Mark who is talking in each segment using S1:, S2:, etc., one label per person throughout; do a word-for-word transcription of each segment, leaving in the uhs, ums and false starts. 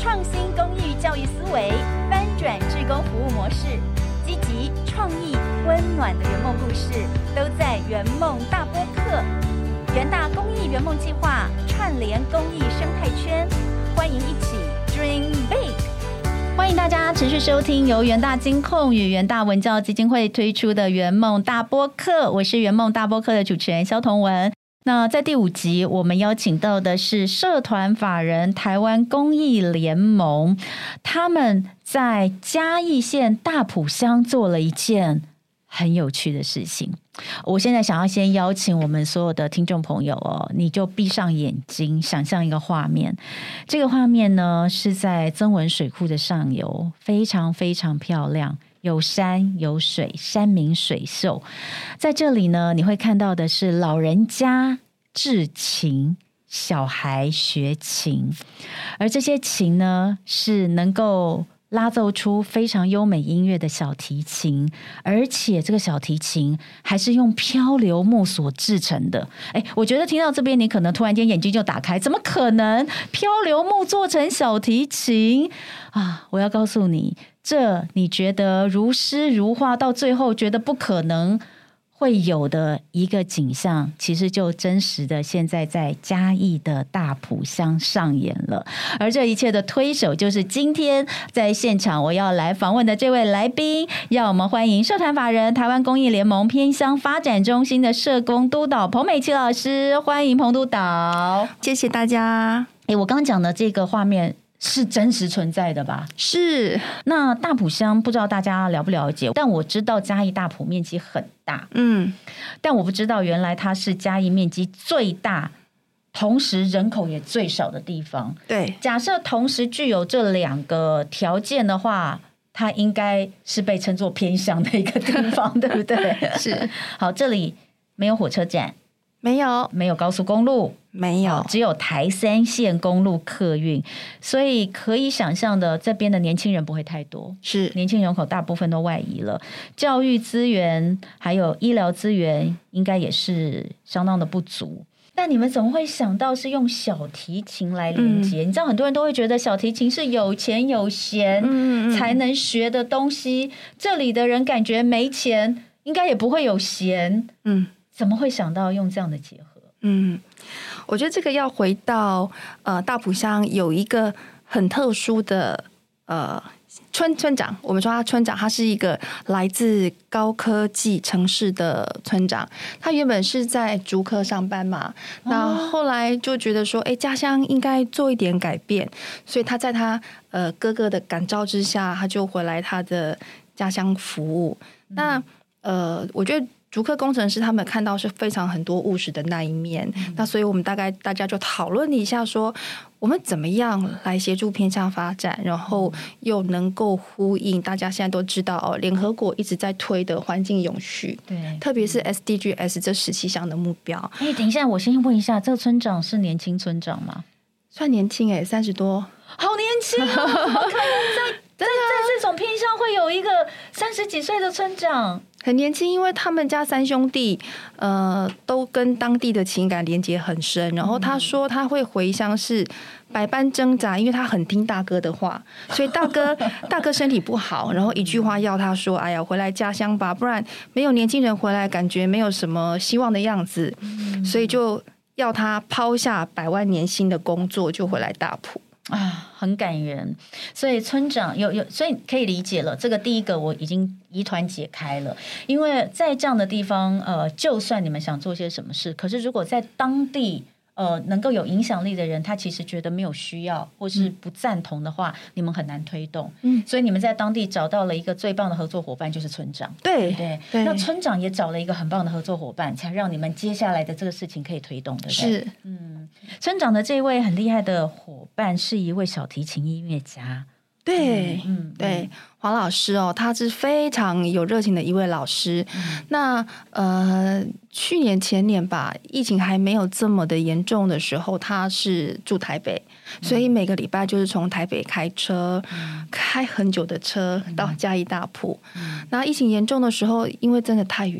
S1: 创新公益教育思维，翻转志工服务模式，积极创意温暖的圆梦故事，都在圆梦大播客。圆大公益圆梦计划串联公益生态圈，欢迎一起 Dream Big。欢迎大家持续收听由元大金控与元大文教基金会推出的圆梦大播客，我是圆梦大播客的主持人萧彤文。那在第五集我们邀请到的是社团法人台湾公益联盟，他们在嘉义县大埔乡做了一件很有趣的事情。我现在想要先邀请我们所有的听众朋友哦，你就闭上眼睛，想象一个画面。这个画面呢是在曾文水库的上游，非常非常漂亮，有山有水，山明水秀。在这里呢，你会看到的是老人家制琴，小孩学琴，而这些琴呢是能够拉奏出非常优美音乐的小提琴，而且这个小提琴还是用漂流木所制成的。哎，我觉得听到这边你可能突然间眼睛就打开，怎么可能漂流木做成小提琴啊？我要告诉你，这你觉得如诗如画，到最后觉得不可能会有的一个景象，其实就真实的现在在嘉义的大埔乡上演了。而这一切的推手就是今天在现场我要来访问的这位来宾，让我们欢迎社团法人台湾公益联盟偏乡发展中心的社工督导彭美琪老师，欢迎彭督导。
S2: 谢谢大家。
S1: 诶，我刚刚讲的这个画面是真实存在的吧？
S2: 是。
S1: 那大埔乡不知道大家了不了解，但我知道嘉义大埔面积很大，
S2: 嗯，
S1: 但我不知道原来它是嘉义面积最大，同时人口也最少的地方。
S2: 对，
S1: 假设同时具有这两个条件的话，它应该是被称作偏乡的一个地方，对不对？
S2: 是。
S1: 好，这里没有火车站，
S2: 没有，
S1: 没有高速公路，
S2: 没有，
S1: 只有台三线公路客运，所以可以想象的，这边的年轻人不会太多，
S2: 是
S1: 年轻人口大部分都外移了，教育资源还有医疗资源应该也是相当的不足。但你们怎么会想到是用小提琴来连接？嗯、你知道很多人都会觉得小提琴是有钱有闲才能学的东西，嗯嗯嗯，这里的人感觉没钱，应该也不会有闲，嗯，怎么会想到用这样的结合？
S2: 嗯，我觉得这个要回到呃大埔乡有一个很特殊的呃村村长，我们说他村长，他是一个来自高科技城市的村长。他原本是在竹科上班嘛，那后来就觉得说，哎，家乡应该做一点改变，所以他在他呃哥哥的感召之下，他就回来他的家乡服务。嗯、那呃，我觉得竹科工程师他们看到是非常很多务实的那一面，嗯、那所以我们大概大家就讨论了一下说，我们怎么样来协助偏乡发展，然后又能够呼应大家现在都知道哦，联合国一直在推的环境永续，对，特别是 S D Gs 这十七项的目标。
S1: 哎，等一下，我先问一下，这个村长是年轻村长吗？
S2: 算年轻哎，三十多，
S1: 好年轻哦！怎么可能在在在这种偏乡会有一个三十几岁的村长？
S2: 很年轻，因为他们家三兄弟，呃，都跟当地的情感连结很深。然后他说他会回乡是百般挣扎，因为他很听大哥的话，所以大哥大哥身体不好，然后一句话要他说：“哎呀，回来家乡吧，不然没有年轻人回来，感觉没有什么希望的样子。”所以就要他抛下百万年薪的工作，就回来大埔。
S1: 啊，很感人。所以村长有有，所以可以理解了。这个第一个我已经疑团解开了，因为在这样的地方，呃，就算你们想做些什么事，可是如果在当地呃能够有影响力的人，他其实觉得没有需要或是不赞同的话，嗯、你们很难推动。嗯，所以你们在当地找到了一个最棒的合作伙伴，就是村长。
S2: 对
S1: 对,
S2: 对，
S1: 那村长也找了一个很棒的合作伙伴，才让你们接下来的这个事情可以推动，对不对？
S2: 是，
S1: 嗯，村长的这位很厉害的伙伴是一位小提琴音乐家。
S2: 对，嗯，嗯对，黄老师哦，他是非常有热情的一位老师。嗯、那呃，去年前年吧，疫情还没有这么的严重的时候，他是住台北，嗯、所以每个礼拜就是从台北开车，嗯、开很久的车到嘉义大埔。嗯、那疫情严重的时候，因为真的太远。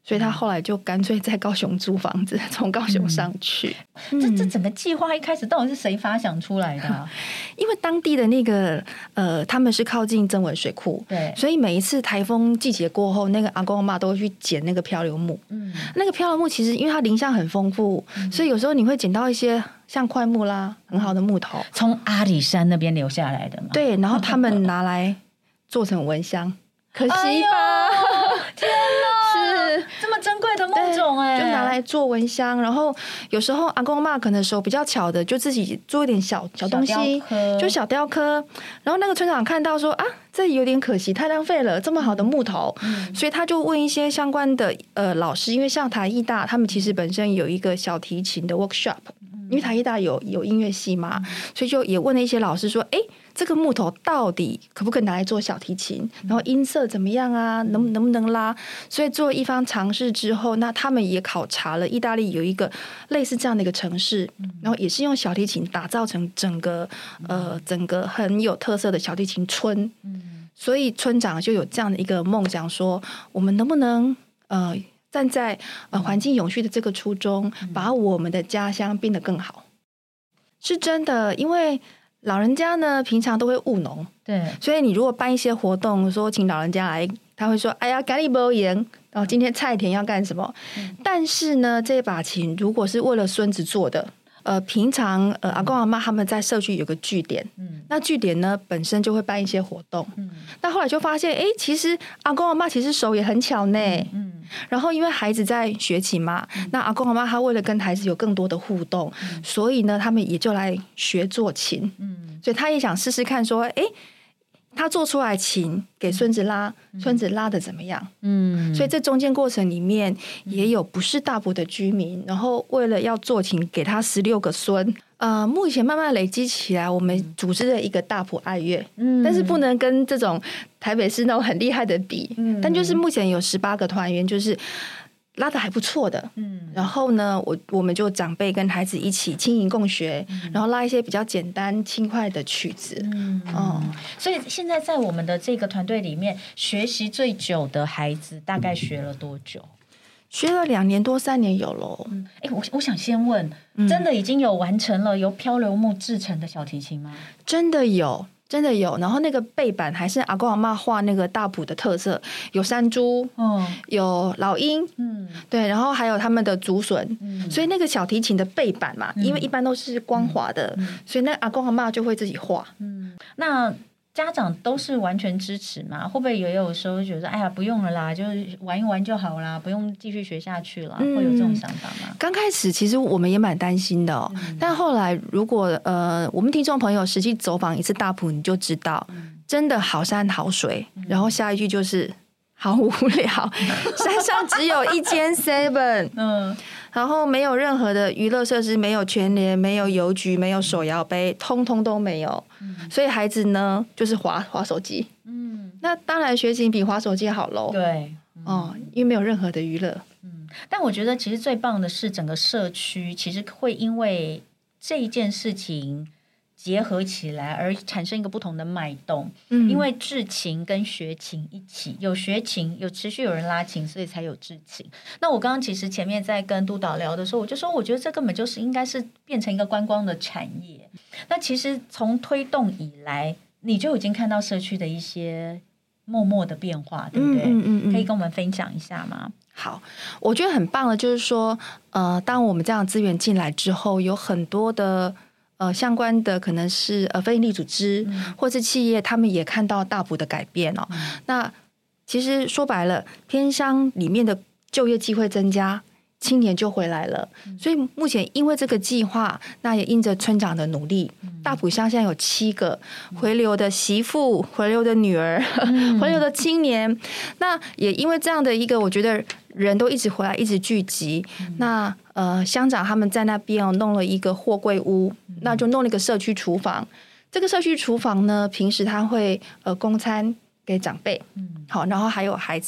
S2: 所以他后来就干脆在高雄租房子，从高雄上去。
S1: 嗯、这这整个计划一开始到底是谁发想出来的、啊？
S2: 因为当地的那个呃，他们是靠近曾文水库，
S1: 对，
S2: 所以每一次台风季节过后，那个阿公阿嬷都会去捡那个漂流木。嗯，那个漂流木其实因为它林相很丰富、嗯，所以有时候你会捡到一些像块木啦，很好的木头，
S1: 从阿里山那边留下来的嘛。
S2: 对，然后他们拿来做成蚊香，可惜吧？哎、
S1: 天哪，是这么珍贵的木种哎、
S2: 欸，就拿来做蚊香。然后有时候阿公阿嬷可能手比较巧的，就自己做一点小小东西，小就小雕刻。然后那个村长看到说啊，这有点可惜，太浪费了，这么好的木头，嗯、所以他就问一些相关的呃老师，因为像台艺大，他们其实本身有一个小提琴的 workshop，、嗯、因为台艺大有有音乐系嘛、嗯，所以就也问了一些老师说，哎。这个木头到底可不可以拿来做小提琴？然后音色怎么样啊？能能不能拉？所以做一番尝试之后，那他们也考察了意大利有一个类似这样的一个城市，然后也是用小提琴打造成整个呃整个很有特色的小提琴村。所以村长就有这样的一个梦想，说我们能不能呃站在呃环境永续的这个初衷，把我们的家乡变得更好？是真的，因为。老人家呢，平常都会务农，
S1: 对，
S2: 所以你如果办一些活动，说请老人家来，他会说：“哎呀，咖喱包盐，然后今天菜田要干什么？”嗯、但是呢，这把琴如果是为了孙子做的，呃，平常呃阿公阿嬷他们在社区有个据点，嗯，那据点呢本身就会办一些活动，嗯，但后来就发现，哎，其实阿公阿嬷其实手也很巧呢，嗯，然后因为孩子在学琴嘛，嗯、那阿公阿嬷他为了跟孩子有更多的互动，嗯、所以呢，他们也就来学做琴，嗯，所以他也想试试看，说，哎。他做出来琴给孙子拉，嗯、孙子拉的怎么样？嗯，所以这中间过程里面也有不是大埔的居民，然后为了要做琴给他十六个孙，呃，目前慢慢累积起来，我们组织了一个大埔爱乐，嗯，但是不能跟这种台北市那种很厉害的比，嗯，但就是目前有十八个团员，就是。拉得还不错的，嗯，然后呢，我我们就长辈跟孩子一起轻盈共学，嗯、然后拉一些比较简单轻快的曲子，嗯，哦、嗯，
S1: 所以现在在我们的这个团队里面，学习最久的孩子大概学了多久？
S2: 学了两年多三年有咯。
S1: 嗯，哎，我我想先问，嗯、真的已经有完成了由漂流木制成的小提琴吗？
S2: 真的有。真的有，然后那个背板还是阿公阿嬷画那个大埔的特色，有山猪，嗯，有老鹰，嗯，对，然后还有他们的竹笋，嗯，所以那个小提琴的背板嘛，嗯、因为一般都是光滑的，嗯、所以那阿公阿嬷就会自己画，嗯，
S1: 那家长都是完全支持吗？会不会也有时候觉得哎呀不用了啦，就玩一玩就好啦，不用继续学下去了，嗯、会有这种想法吗？
S2: 刚开始其实我们也蛮担心的哦，嗯、但后来如果呃我们听众朋友实际走访一次大埔，你就知道，嗯、真的好山好水，嗯、然后下一句就是好无聊，山上只有一间 seven， 嗯。然后没有任何的娱乐设施，没有全联，没有邮局，没有手摇杯，通通都没有。嗯、所以孩子呢，就是滑滑手机。嗯，那当然学琴比滑手机好喽。
S1: 对，
S2: 嗯、哦，因为没有任何的娱乐。
S1: 嗯，但我觉得其实最棒的是整个社区其实会因为这一件事情结合起来而产生一个不同的脉动，嗯，因为制琴跟学琴一起，有学琴有持续有人拉琴，所以才有制琴。那我刚刚其实前面在跟督导聊的时候，我就说我觉得这根本就是应该是变成一个观光的产业。那其实从推动以来，你就已经看到社区的一些默默的变化，对不对？嗯嗯嗯，可以跟我们分享一下吗？
S2: 好，我觉得很棒的就是说，呃，当我们这样资源进来之后，有很多的。呃，相关的可能是呃非营利组织、嗯、或是企业，他们也看到大埔的改变哦。嗯、那其实说白了，偏乡里面的就业机会增加，青年就回来了。嗯、所以目前因为这个计划，那也因着村长的努力，嗯、大埔乡现在有七个回流的媳妇、回流的女儿、嗯、回流的青年。那也因为这样的一个，我觉得人都一直回来，一直聚集。嗯、那呃，乡长他们在那边、哦、弄了一个货柜屋，嗯、那就弄了一个社区厨房。这个社区厨房呢，平时他会呃供餐给长辈，嗯，好，然后还有孩子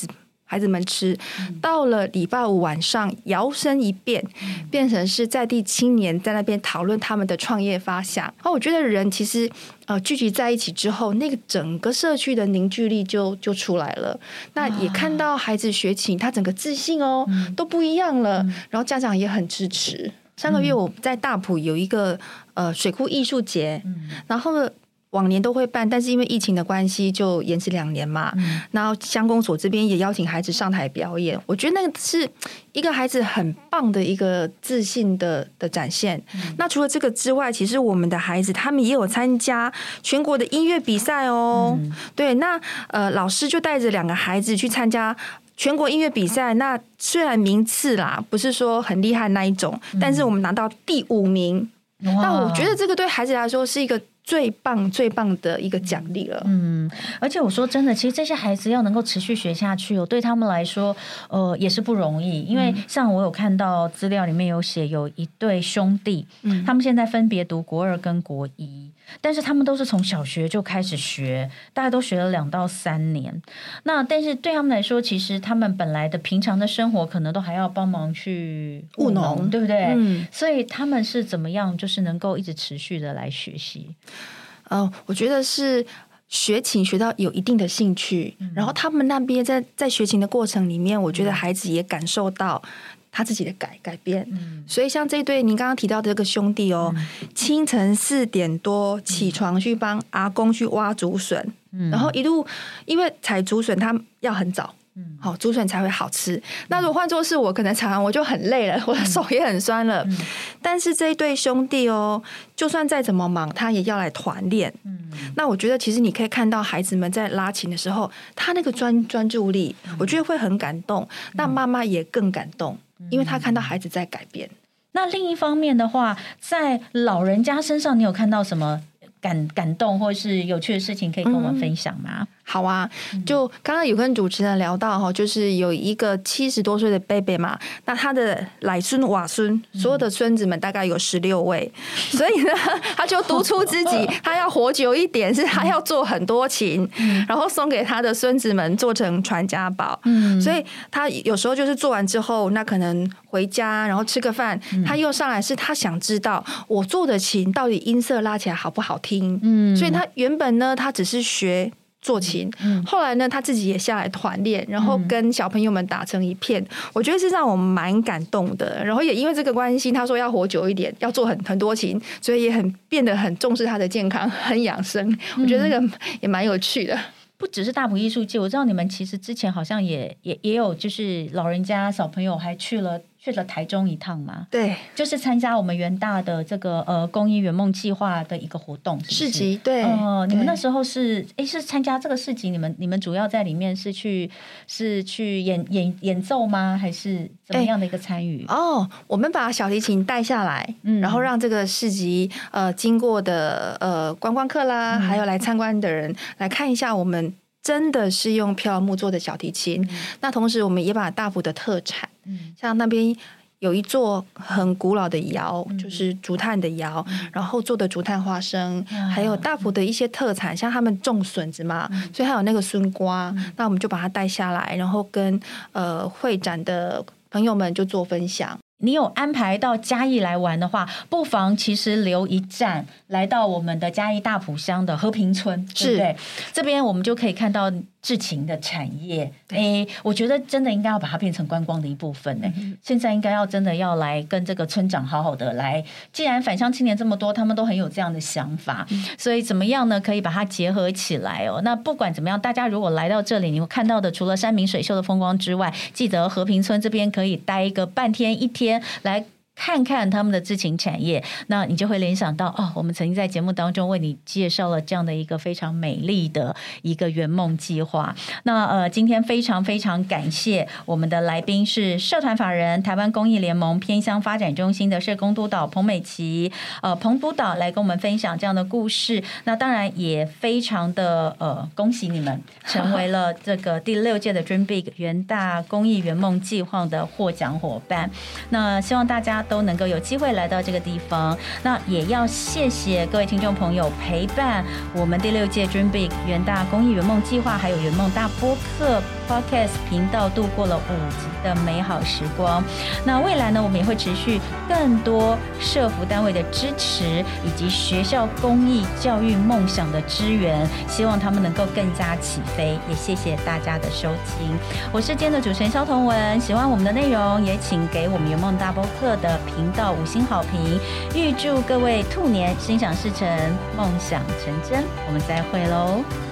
S2: 孩子们吃，到了礼拜五晚上摇身一变，变成是在地青年在那边讨论他们的创业发想。哦，我觉得人其实呃聚集在一起之后，那个整个社区的凝聚力就就出来了。那也看到孩子学琴，他整个自信哦、嗯、都不一样了，然后家长也很支持。上个月我在大埔有一个呃水库艺术节，嗯、然后往年都会办，但是因为疫情的关系就延迟两年嘛。嗯、然后乡公所这边也邀请孩子上台表演，我觉得那个是一个孩子很棒的一个自信的的展现。嗯、那除了这个之外，其实我们的孩子他们也有参加全国的音乐比赛哦。嗯、对，那呃老师就带着两个孩子去参加全国音乐比赛，那虽然名次啦不是说很厉害那一种，嗯、但是我们拿到第五名。那我觉得这个对孩子来说是一个最棒最棒的一个奖励了。
S3: 嗯，而且我说真的，其实这些孩子要能够持续学下去，对他们来说呃也是不容易。因为像我有看到资料里面有写有一对兄弟，嗯、他们现在分别读国二跟国一，但是他们都是从小学就开始学，大概都学了两到三年。那但是对他们来说，其实他们本来的平常的生活可能都还要帮忙去务农，对不对？嗯、所以他们是怎么样就是能够一直持续的来学习？
S2: 呃，我觉得是学琴学到有一定的兴趣，嗯、然后他们那边在在学琴的过程里面，我觉得孩子也感受到他自己的改改变。嗯、所以像这对您刚刚提到的这个兄弟哦，嗯、清晨四点多起床去帮阿公去挖竹笋，嗯、然后一路因为采竹笋他要很早。嗯，好，竹笋才会好吃。那如果换作是我，可能采完我就很累了，我的手也很酸了。嗯、但是这一对兄弟哦，就算再怎么忙，他也要来团练。嗯，那我觉得其实你可以看到孩子们在拉琴的时候，他那个专专注力，嗯、我觉得会很感动。嗯、那妈妈也更感动，嗯、因为他看到孩子在改变。
S3: 那另一方面的话，在老人家身上，你有看到什么感感动或是有趣的事情可以跟我们分享吗？嗯
S2: 好啊，就刚刚有跟主持人聊到哈，就是有一个七十多岁的伯伯嘛，那他的奶孙瓦孙，所有的孙子们大概有十六位，嗯、所以呢，他就督促自己，他要活久一点，是他要做很多琴，嗯、然后送给他的孙子们做成传家宝。嗯，所以他有时候就是做完之后，那可能回家，然后吃个饭，嗯、他又上来是他想知道我做的琴到底音色拉起来好不好听。嗯，所以他原本呢，他只是学做琴，嗯、后来呢，他自己也下来团练，然后跟小朋友们打成一片。嗯、我觉得是让我们蛮感动的。然后也因为这个关系，他说要活久一点，要做很很多琴，所以也很变得很重视他的健康，很养生。嗯、我觉得这个也蛮有趣的。
S3: 不只是大埔艺术季，我知道你们其实之前好像也也也有，就是老人家小朋友还去了。去了台中一趟嘛？
S2: 对，
S3: 就是参加我们元大的这个呃公益圆梦计划的一个活动是不是？
S2: 市集。对，
S3: 呃，你们那时候是哎是参加这个市集，你们你们主要在里面是去是去演演演奏吗？还是怎么样的一个参与？
S2: 哦，我们把小提琴带下来，嗯、然后让这个市集呃经过的呃观光客啦，嗯、还有来参观的人来看一下我们。真的是用漂木做的小提琴，嗯、那同时我们也把大埔的特产，嗯、像那边有一座很古老的窑，嗯、就是竹炭的窑，嗯、然后做的竹炭花生，嗯、还有大埔的一些特产，像他们种笋子嘛，嗯、所以还有那个笋瓜，嗯、那我们就把它带下来，然后跟呃会展的朋友们就做分享。
S3: 你有安排到嘉义来玩的话，不妨其实留一站来到我们的嘉义大埔乡的和平村，对不对？这边我们就可以看到制琴的产业。诶，我觉得真的应该要把它变成观光的一部分。诶，嗯、现在应该要真的要来跟这个村长好好的来，既然返乡青年这么多，他们都很有这样的想法，嗯、所以怎么样呢？可以把它结合起来哦。那不管怎么样，大家如果来到这里，你会看到的除了山明水秀的风光之外，记得和平村这边可以待一个半天一天。来看看他们的制琴产业，那你就会联想到哦，我们曾经在节目当中为你介绍了这样的一个非常美丽的一个圆梦计划。那呃，今天非常非常感谢我们的来宾是社团法人台湾公益联盟偏乡发展中心的社工督导彭美琪，呃，彭督导来跟我们分享这样的故事。那当然也非常的呃，恭喜你们成为了这个第六届的 Dream Big 元大公益圆梦计划的获奖伙伴。那希望大家都能够有机会来到这个地方。那也要谢谢各位听众朋友陪伴我们第六届 Dream Big 元大公益圆梦计划还有圆梦大播客 Podcast 频道度过了五集的美好时光。那未来呢，我们也会持续更多社福单位的支持，以及学校公益教育梦想的支援，希望他们能够更加起飞。也谢谢大家的收听，我是今天的主持人萧彤雯。喜欢我们的内容，也请给我们圆梦大播客的频道五星好评。预祝各位兔年心想事成，梦想成真。我们再会喽。